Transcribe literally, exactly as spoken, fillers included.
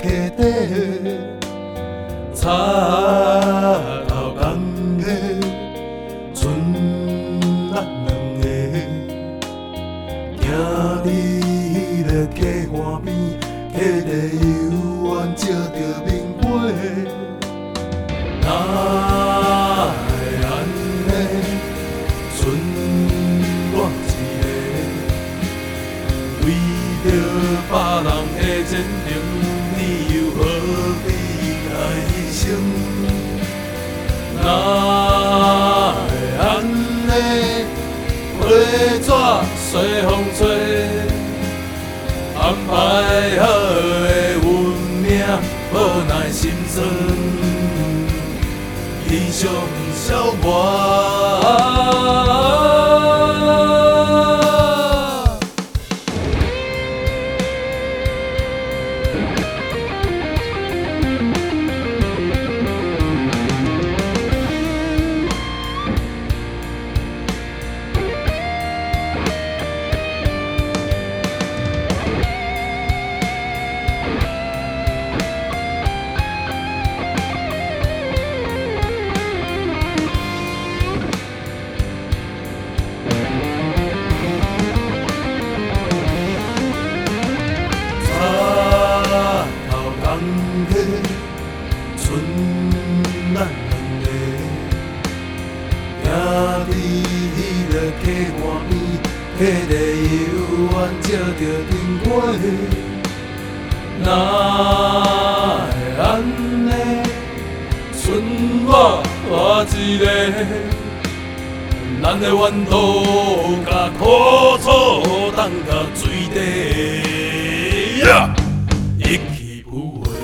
溪底，插头空的，剩咱两个，行你的溪岸边，溪底幽怨照着明月，哪会安尼？剩我一个，为着别人的前程，你又何必来牺牲？哪会安尼？花纸随风吹，安排好的运命，无奈心酸，悲伤消磨。剩咱两个，行伫迄个溪岸边，溪底幽怨照着天月，哪会安尼？剩我我一个，咱的怨毒甲苦楚放到水底，一去不回。